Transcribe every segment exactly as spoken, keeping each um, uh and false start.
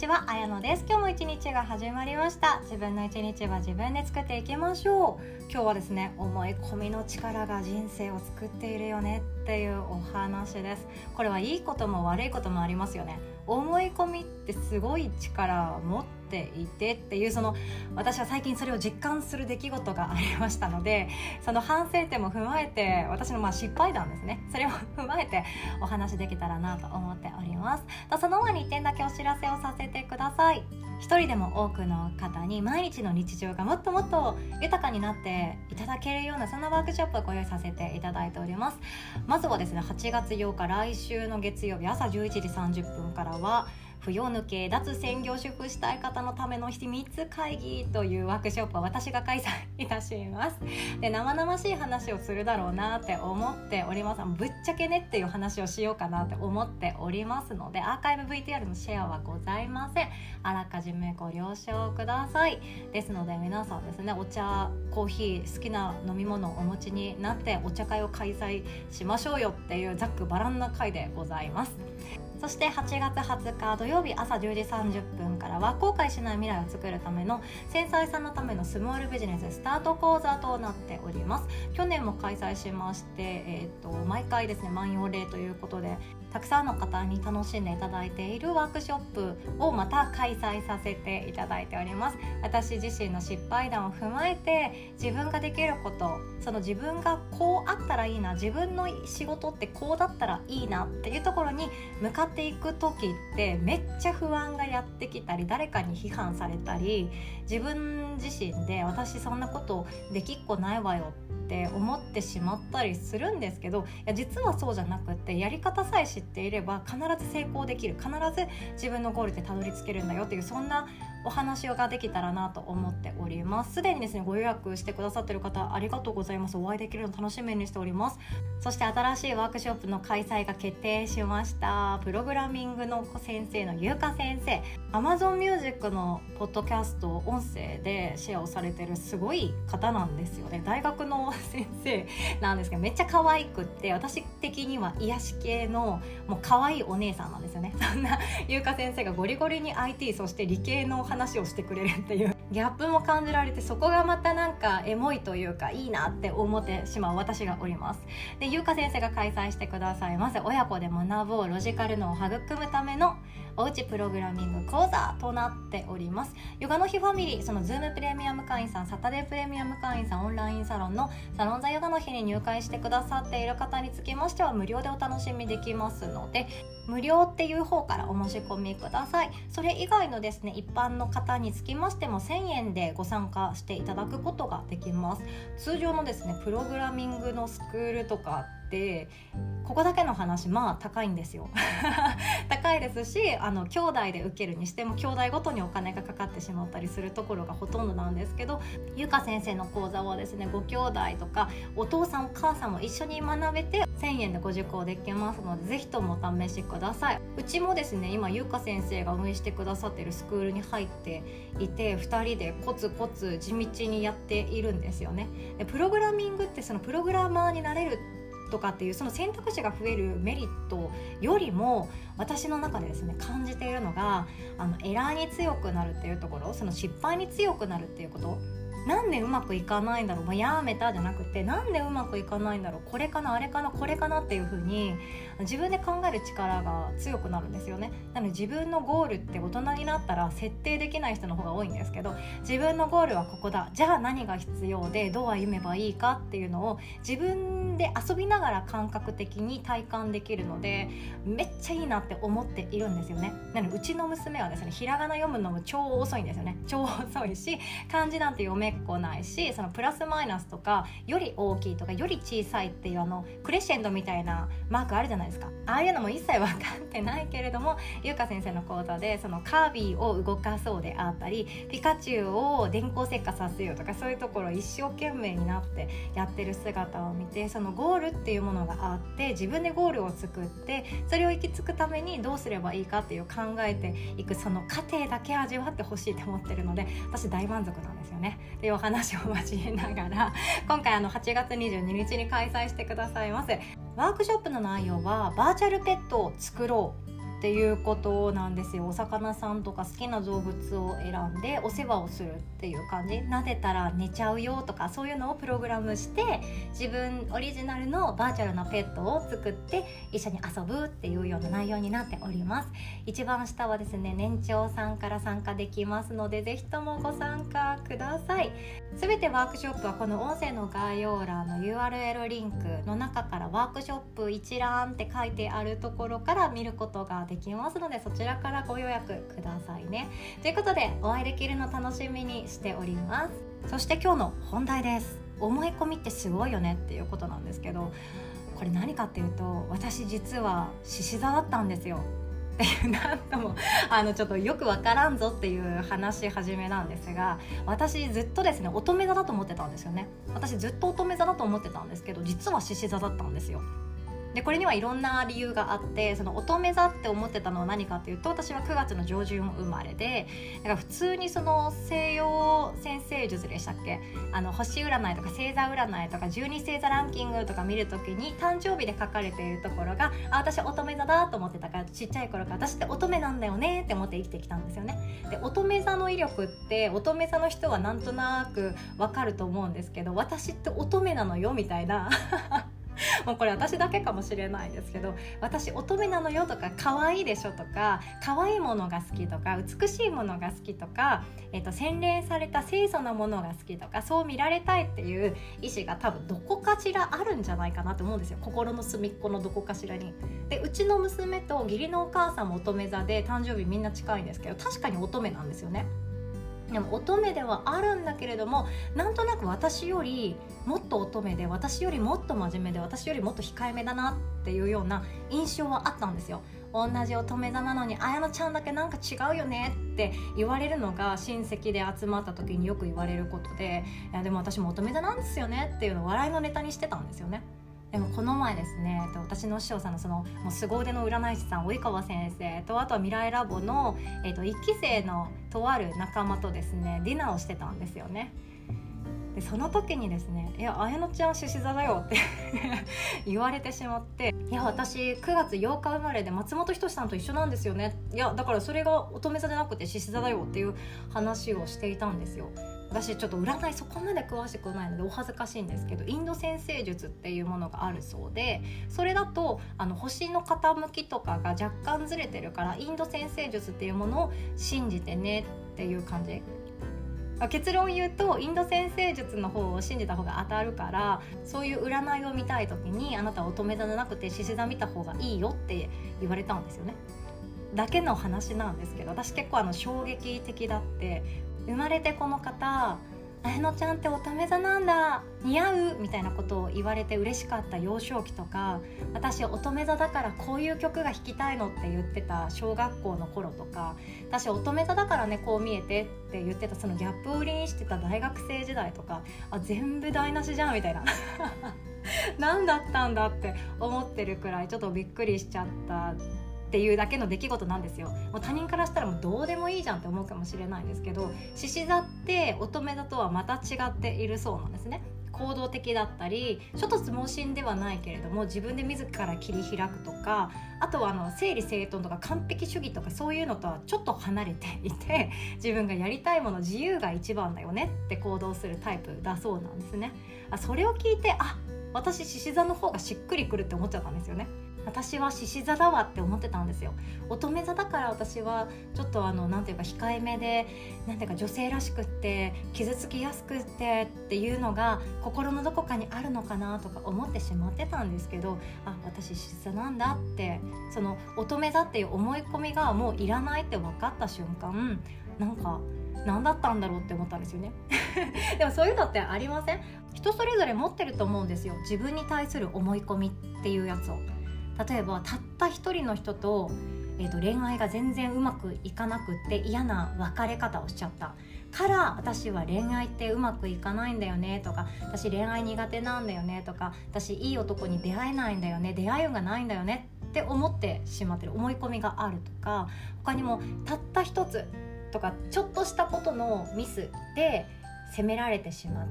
ちは、あやのです。今日も一日が始まりました。自分の一日は自分で作っていきましょう。今日はですね、思い込みの力が人生を作っているよねっていうお話です。これはいいことも悪いこともありますよね。思い込みってすごい力を持っていてっていう、その私は最近それを実感する出来事がありましたので、その反省点も踏まえて、私のまあ失敗談ですね、それを踏まえてお話できたらなと思っております。とその前にいってんだけお知らせをさせてください。一人でも多くの方に毎日の日常がもっともっと豊かになっていただけるような、そんなワークショップをご用意させていただいております。まずはですね、はちがつようか、来週の月曜日朝じゅういちじさんじゅっぷんからは扶養抜け脱専業主婦したい方のための秘密会議というワークショップを私が開催いたします。で、生々しい話をするだろうなって思っております。ぶっちゃけねっていう話をしようかなって思っておりますので、アーカイブ ブイティーアール のシェアはございません。あらかじめご了承ください。ですので皆さんですね、お茶、コーヒー、好きな飲み物をお持ちになってお茶会を開催しましょうよっていうざっくばらんな会でございます。そしてはちがつはつか土曜日朝じゅうじさんじゅっぷんからは、後悔しない未来を作るための繊細さんのためのスモールビジネススタート講座となっております。去年も開催しまして、えー、と毎回ですね満員御礼ということで、たくさんの方に楽しんでいただいているワークショップをまた開催させていただいております。私自身の失敗談を踏まえて、自分ができること、その自分がこうあったらいいな、自分の仕事ってこうだったらいいなっていうところに向かっていく時ってめっちゃ不安がやってきたり、誰かに批判されたり、自分自身で私そんなことできっこないわよって思ってしまったりするんですけど、いや実はそうじゃなくって、やり方さえ知っていれば必ず成功できる、必ず自分のゴールでたどり着けるんだよっていう、そんなお話ができたらなと思っております。すでにですねご予約してくださっている方ありがとうございます。お会いできるの楽しみにしております。そして新しいワークショップの開催が決定しました。プログラミングの先生のゆうか先生、 Amazon Music のポッドキャストを音声でシェアをされてるすごい方なんですよね。大学の先生なんですけど、めっちゃ可愛くって、私的には癒し系のもう可愛いお姉さんなんですよね。そんなゆうか先生がゴリゴリに アイティー そして理系の話をしてくれるっていうギャップも感じられて、そこがまたなんかエモいというかいいなって思ってしまう私がおります。で、ゆうか先生が開催してくださいます親子で学ぼうロジカル脳を育むためのおうちプログラミング講座となっております。ヨガの日ファミリー、その Zoom プレミアム会員さん、サタデープレミアム会員さん、オンラインサロンのサロンザヨガの日に入会してくださっている方につきましては無料でお楽しみできますので、無料っていう方からお申し込みください。それ以外のですね一般の方につきましてもせんえんでご参加していただくことができます。通常のですねプログラミングのスクールとかってここだけの話、まあ高いんですよ高いですし、あの兄弟で受けるにしても兄弟ごとにお金がかかってしまったりするところがほとんどなんですけど、ゆか先生の講座はですねご兄弟とかお父さんお母さんも一緒に学べてせんえんでご受講できますので、ぜひともお試しください。うちもですね今ゆか先生が運営してくださっているスクールに入っていて、ふたりでコツコツ地道にやっているんですよね。でプログラミングってそのプログラマーになれるとかっていうその選択肢が増えるメリットよりも、私の中でですね感じているのが、あのエラーに強くなるっていうところ、その失敗に強くなるっていうこと。なんでうまくいかないんだろう、もうやめたじゃなくて、なんでうまくいかないんだろう、これかなあれかなこれかなっていう風に自分で考える力が強くなるんですよね。なので自分のゴールって大人になったら設定できない人の方が多いんですけど、自分のゴールはここだ、じゃあ何が必要でどう歩めばいいかっていうのを自分で遊びながら感覚的に体感できるので、めっちゃいいなって思っているんですよね。なのでうちの娘はですねひらがな読むのも超遅いんですよね。超遅いし、漢字なんて読めっこないし、そのプラスマイナスとかより大きいとかより小さいっていうあのクレッシェンドみたいなマークあるじゃないですか。ああいうのも一切分かってないけれども、ゆうか先生の講座でそのカービィを動かそうであったり、ピカチュウを電光石火させようとか、そういうところを一生懸命になってやってる姿を見て、そのゴールっていうものがあって、自分でゴールを作ってそれを行き着くためにどうすればいいかっていう考えていく、その過程だけ味わってほしいと思ってるので、私大満足なんですよね。っていうお話を交えながら、今回あのはちがつにじゅうににちに開催してくださいますワークショップの内容は、バーチャルペットを作ろうっていうことなんですよ。お魚さんとか好きな動物を選んでお世話をするっていう感じ。撫でたら寝ちゃうよとか、そういうのをプログラムして自分オリジナルのバーチャルなペットを作って一緒に遊ぶっていうような内容になっております。一番下はですね、年長さんから参加できますので、ぜひともご参加ください。すべてワークショップはこの音声の概要欄の ユーアールエル リンクの中からワークショップ一覧って書いてあるところから見ることができますので、そちらからご予約くださいね。ということで、お会いできるの楽しみにしております。そして今日の本題です。思い込みってすごいよねっていうことなんですけど、これ何かっていうと、私実は獅子座だったんですよっていう、なんともあのちょっとよくわからんぞっていう話し始めなんですが、私ずっとですね乙女座だと思ってたんですよね。私ずっと乙女座だと思ってたんですけど、実は獅子座だったんですよ。でこれにはいろんな理由があって、その乙女座って思ってたのは何かというと、私はくがつの上旬生まれで、だから普通にその西洋占星術でしたっけ、あの星占いとか星座占いとかじゅうに星座ランキングとか見るときに誕生日で書かれているところが、あ、私乙女座だと思ってたから、ちっちゃい頃から私って乙女なんだよねって思って生きてきたんですよね。で乙女座の威力って、乙女座の人はなんとなくわかると思うんですけど、私って乙女なのよみたいなもうこれ私だけかもしれないですけど、私乙女なのよとか、可愛いでしょとか、可愛いものが好きとか、美しいものが好きとか、えっと、洗練された清楚なものが好きとか、そう見られたいっていう意思が多分どこかしらあるんじゃないかなと思うんですよ。心の隅っこのどこかしらに。でうちの娘と義理のお母さんも乙女座で、誕生日みんな近いんですけど、確かに乙女なんですよね。でも乙女ではあるんだけれども、なんとなく私よりもっと乙女で、私よりもっと真面目で、私よりもっと控えめだなっていうような印象はあったんですよ。同じ乙女座なのに、綾乃ちゃんだけなんか違うよねって言われるのが親戚で集まった時によく言われることで、いやでも私も乙女座なんですよねっていうのを笑いのネタにしてたんですよね。でもこの前ですね、私の師匠さんのそのもう凄腕の占い師さん及川先生と、あとは未来ラボの、えー、といっき生のとある仲間とですねディナーをしてたんですよね。でその時にですね、いや綾乃ちゃん獅子座だよって言われてしまって、いや私くがつようか生まれで松本人志さんと一緒なんですよね、いやだからそれが乙女座じゃなくて獅子座だよっていう話をしていたんですよ。私ちょっと占いそこまで詳しくないのでお恥ずかしいんですけど、インド占星術っていうものがあるそうで、それだとあの星の傾きとかが若干ずれてるから、インド占星術っていうものを信じてねっていう感じ。結論言うと、インド占星術の方を信じた方が当たるから、そういう占いを見たい時にあなたは乙女座じゃなくて獅子座見た方がいいよって言われたんですよね。だけの話なんですけど、私結構あの衝撃的だって、生まれてこの方、綾乃ちゃんって乙女座なんだ、似合うみたいなことを言われて嬉しかった幼少期とか、私乙女座だからこういう曲が弾きたいのって言ってた小学校の頃とか、私乙女座だからねこう見えてって言ってたそのギャップを売りにしてた大学生時代とか、あ全部台無しじゃんみたいな何だったんだって思ってるくらいちょっとびっくりしちゃったっていうだけの出来事なんですよ。もう他人からしたらもうどうでもいいじゃんって思うかもしれないんですけど、獅子座って乙女座とはまた違っているそうなんですね。行動的だったり、諸突猛進ではないけれども自分で自ら切り開くとか、あとはあの整理整頓とか完璧主義とかそういうのとはちょっと離れていて、自分がやりたいもの自由が一番だよねって行動するタイプだそうなんですね。あそれを聞いて、あ私獅子座の方がしっくりくるって思っちゃったんですよね。私は獅子座だわって思ってたんですよ。乙女座だから私はちょっとあのなんていうか控えめで、なんていうか女性らしくって傷つきやすくってっていうのが心のどこかにあるのかなとか思ってしまってたんですけど、あ私獅子座なんだって、その乙女座っていう思い込みがもういらないって分かった瞬間、なんか何だったんだろうって思ったんですよねでもそういうのってありません？人それぞれ持ってると思うんですよ、自分に対する思い込みっていうやつを。例えばたった一人の人と、えーと、恋愛が全然うまくいかなくって嫌な別れ方をしちゃったから私は恋愛ってうまくいかないんだよねとか、私恋愛苦手なんだよねとか、私いい男に出会えないんだよね、出会い運がないんだよねって思ってしまってる思い込みがあるとか、他にもたった一つとかちょっとしたことのミスで責められてしまって、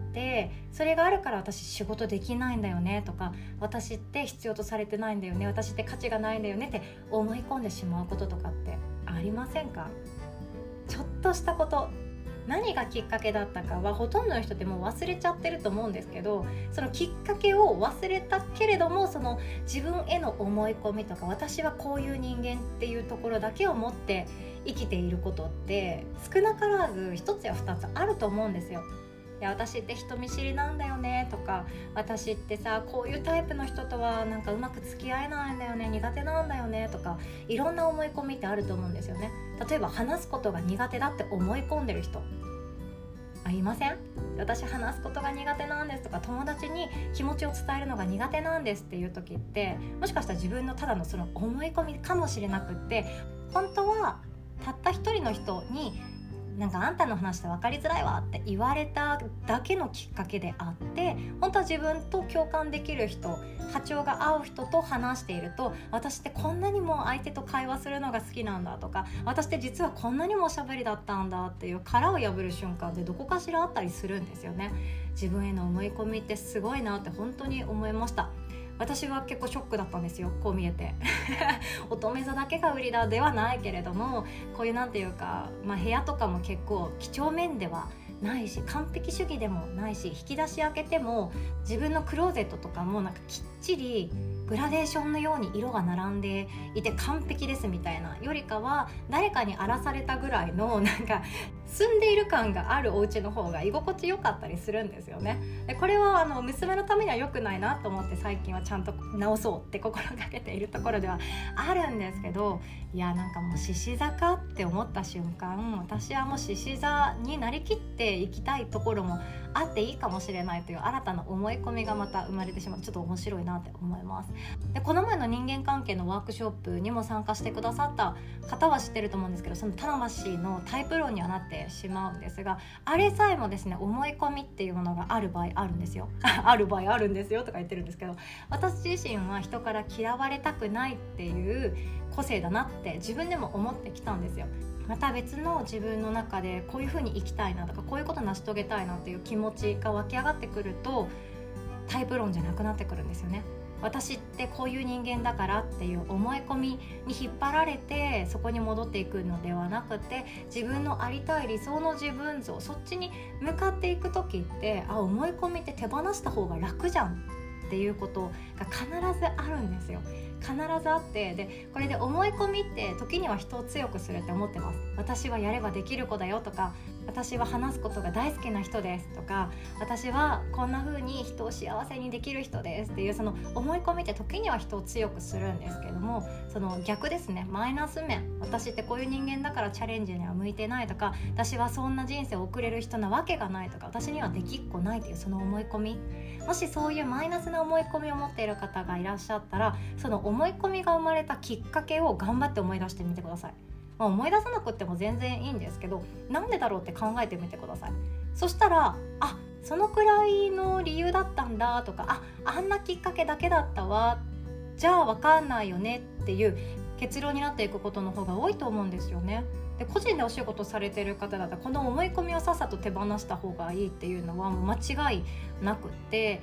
それがあるから私仕事できないんだよねとか、私って必要とされてないんだよね、私って価値がないんだよねって思い込んでしまうこととかってありませんか？ちょっとしたこと、何がきっかけだったかはほとんどの人ってもう忘れちゃってると思うんですけど、そのきっかけを忘れたけれども、その自分への思い込みとか、私はこういう人間っていうところだけを持って生きていることって少なからず一つや二つあると思うんですよ。いや私って人見知りなんだよねとか、私ってさこういうタイプの人とはなんかうまく付き合えないんだよね、苦手なんだよねとか、いろんな思い込みってあると思うんですよね。例えば話すことが苦手だって思い込んでる人あいません？私話すことが苦手なんですとか、友達に気持ちを伝えるのが苦手なんですっていう時って、もしかしたら自分のただのその思い込みかもしれなくって、本当はたった一人の人になんかあんたの話って分かりづらいわって言われただけのきっかけであって、本当は自分と共感できる人、波長が合う人と話していると、私ってこんなにも相手と会話するのが好きなんだとか、私って実はこんなにもおしゃべりだったんだっていう殻を破る瞬間でどこかしらあったりするんですよね。自分への思い込みってすごいなって本当に思いました。私は結構ショックだったんですよ、こう見えて乙女座だけが売りだではないけれども、こういうなんていうか、まあ、部屋とかも結構几帳面ではないし、完璧主義でもないし、引き出し開けても自分のクローゼットとかもなんかきっちりグラデーションのように色が並んでいて完璧ですみたいなよりかは、誰かに荒らされたぐらいのなんか住んでいる感があるお家の方が居心地良かったりするんですよね。でこれはあの娘のためには良くないなと思って、最近はちゃんと直そうって心がけているところではあるんですけど、いやなんかもう獅子座かって思った瞬間、私はもう獅子座になりきっていきたいところもあっていいかもしれないという新たな思い込みがまた生まれてしまう。ちょっと面白いなって思います。でこの前の人間関係のワークショップにも参加してくださった方は知ってると思うんですけど、その魂のタイプ論にはなってしまうんですが、あれさえもですね、思い込みっていうものがある場合あるんですよある場合あるんですよとか言ってるんですけど、私自身は人から嫌われたくないっていう個性だなって自分でも思ってきたんですよ。また別の自分の中でこういう風に生きたいなとか、こういうこと成し遂げたいなっていう気持ちが湧き上がってくると、タイプ論じゃなくなってくるんですよね。私ってこういう人間だからっていう思い込みに引っ張られてそこに戻っていくのではなくて、自分のありたい理想の自分像、そっちに向かっていく時って、あ、思い込みって手放した方が楽じゃんっていうことが必ずあるんですよ。必ずあって、でこれで思い込みって時には人を強くするって思ってます。私はやればできる子だよとか、私は話すことが大好きな人ですとか、私はこんな風に人を幸せにできる人ですっていう、その思い込みって時には人を強くするんですけども、その逆ですね、マイナス面、私ってこういう人間だからチャレンジには向いてないとか、私はそんな人生を送れる人なわけがないとか、私にはできっこないっていうその思い込み、もしそういうマイナスな思い込みを持っている方がいらっしゃったら、その思い込みが生まれたきっかけを頑張って思い出してみてください。まあ、思い出さなくても全然いいんですけど、なんでだろうって考えてみてください。そしたら、あ、そのくらいの理由だったんだとか、あ、あんなきっかけだけだったわ、じゃあ分かんないよねっていう結論になっていくことの方が多いと思うんですよね。で個人でお仕事されてる方だったら、この思い込みをさっさと手放した方がいいっていうのはもう間違いなくって、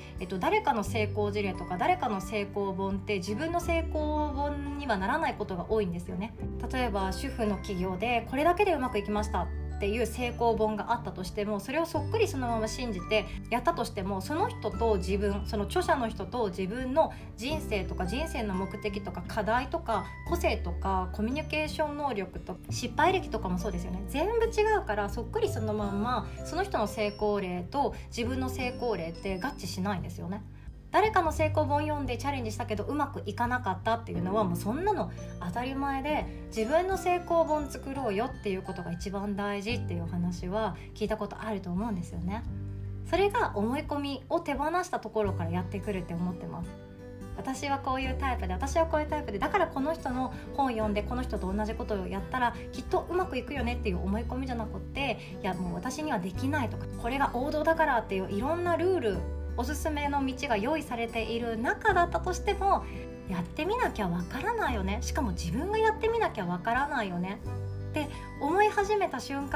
えっと、誰かの成功事例とか誰かの成功本って自分の成功本にはならないことが多いんですよね。例えば主婦の企業でこれだけでうまくいきましたっていう成功本があったとしても、それをそっくりそのまま信じてやったとしても、その人と自分、その著者の人と自分の人生とか人生の目的とか課題とか個性とかコミュニケーション能力と失敗歴とかもそうですよね。全部違うから、そっくりそのままその人の成功例と自分の成功例って合致しないんですよね。誰かの成功本読んでチャレンジしたけどうまくいかなかったっていうのはもうそんなの当たり前で、自分の成功本作ろうよっていうことが一番大事っていう話は聞いたことあると思うんですよね。それが思い込みを手放したところからやってくるって思ってます。私はこういうタイプで、私はこういうタイプで、だからこの人の本読んでこの人と同じことをやったらきっとうまくいくよねっていう思い込みじゃなくって、いやもう私にはできないとか、これが王道だからっていういろんなルール、おすすめの道が用意されている中だったとしても、やってみなきゃわからないよね、しかも自分がやってみなきゃわからないよねって思い始めた瞬間、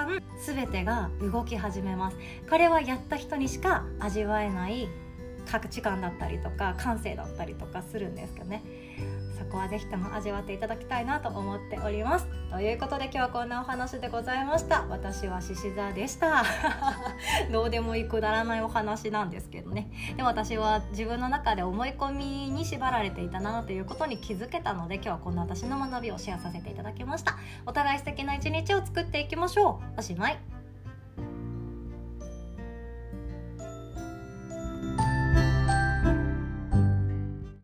全てが動き始めます。これはやった人にしか味わえない価値観だったりとか感性だったりとかするんですけどね、そこはぜひとも味わっていただきたいなと思っております。ということで今日はこんなお話でございました。私は獅子座でしたどうでもいいくだらないお話なんですけどね、でも私は自分の中で思い込みに縛られていたなということに気づけたので、今日はこんな私の学びをシェアさせていただきました。お互い素敵な一日を作っていきましょう。おしまい。